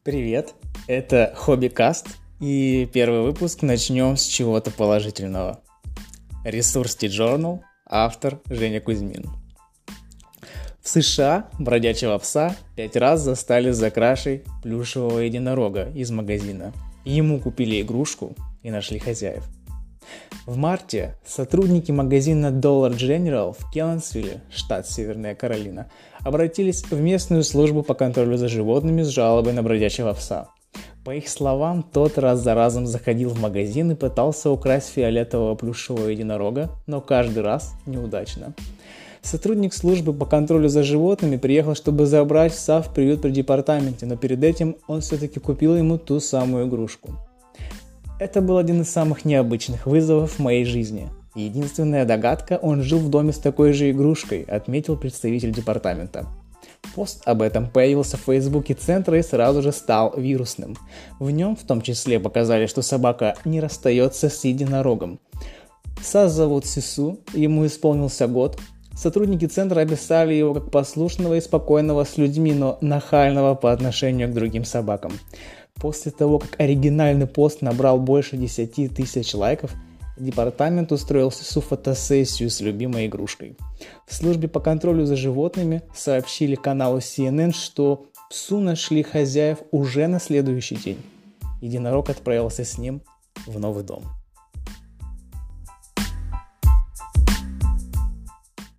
Привет, это HobbyCast, и первый выпуск начнем с чего-то положительного. Ресурс T-Journal, автор Женя Кузьмин. В США бродячего пса 5 раз застали за кражей плюшевого единорога из магазина. Ему купили игрушку и нашли хозяев. В марте сотрудники магазина Dollar General в Келлансвилле, штат Северная Каролина, обратились в местную службу по контролю за животными с жалобой на бродячего пса. По их словам, тот раз за разом заходил в магазин и пытался украсть фиолетового плюшевого единорога, но каждый раз неудачно. Сотрудник службы по контролю за животными приехал, чтобы забрать пса в приют при департаменте, но перед этим он все-таки купил ему ту самую игрушку. Это был один из самых необычных вызовов в моей жизни. Единственная догадка, он жил в доме с такой же игрушкой, отметил представитель департамента. Пост об этом появился в фейсбуке центра и сразу же стал вирусным. В нем в том числе показали, что собака не расстается с единорогом. Пса зовут Сису, ему исполнился год. Сотрудники центра описали его как послушного и спокойного с людьми, но нахального по отношению к другим собакам. После того, как оригинальный пост набрал больше 10 тысяч лайков, департамент устроил Сису фотосессию с любимой игрушкой. В службе по контролю за животными сообщили каналу CNN, что псу нашли хозяев уже на следующий день. Единорог отправился с ним в новый дом.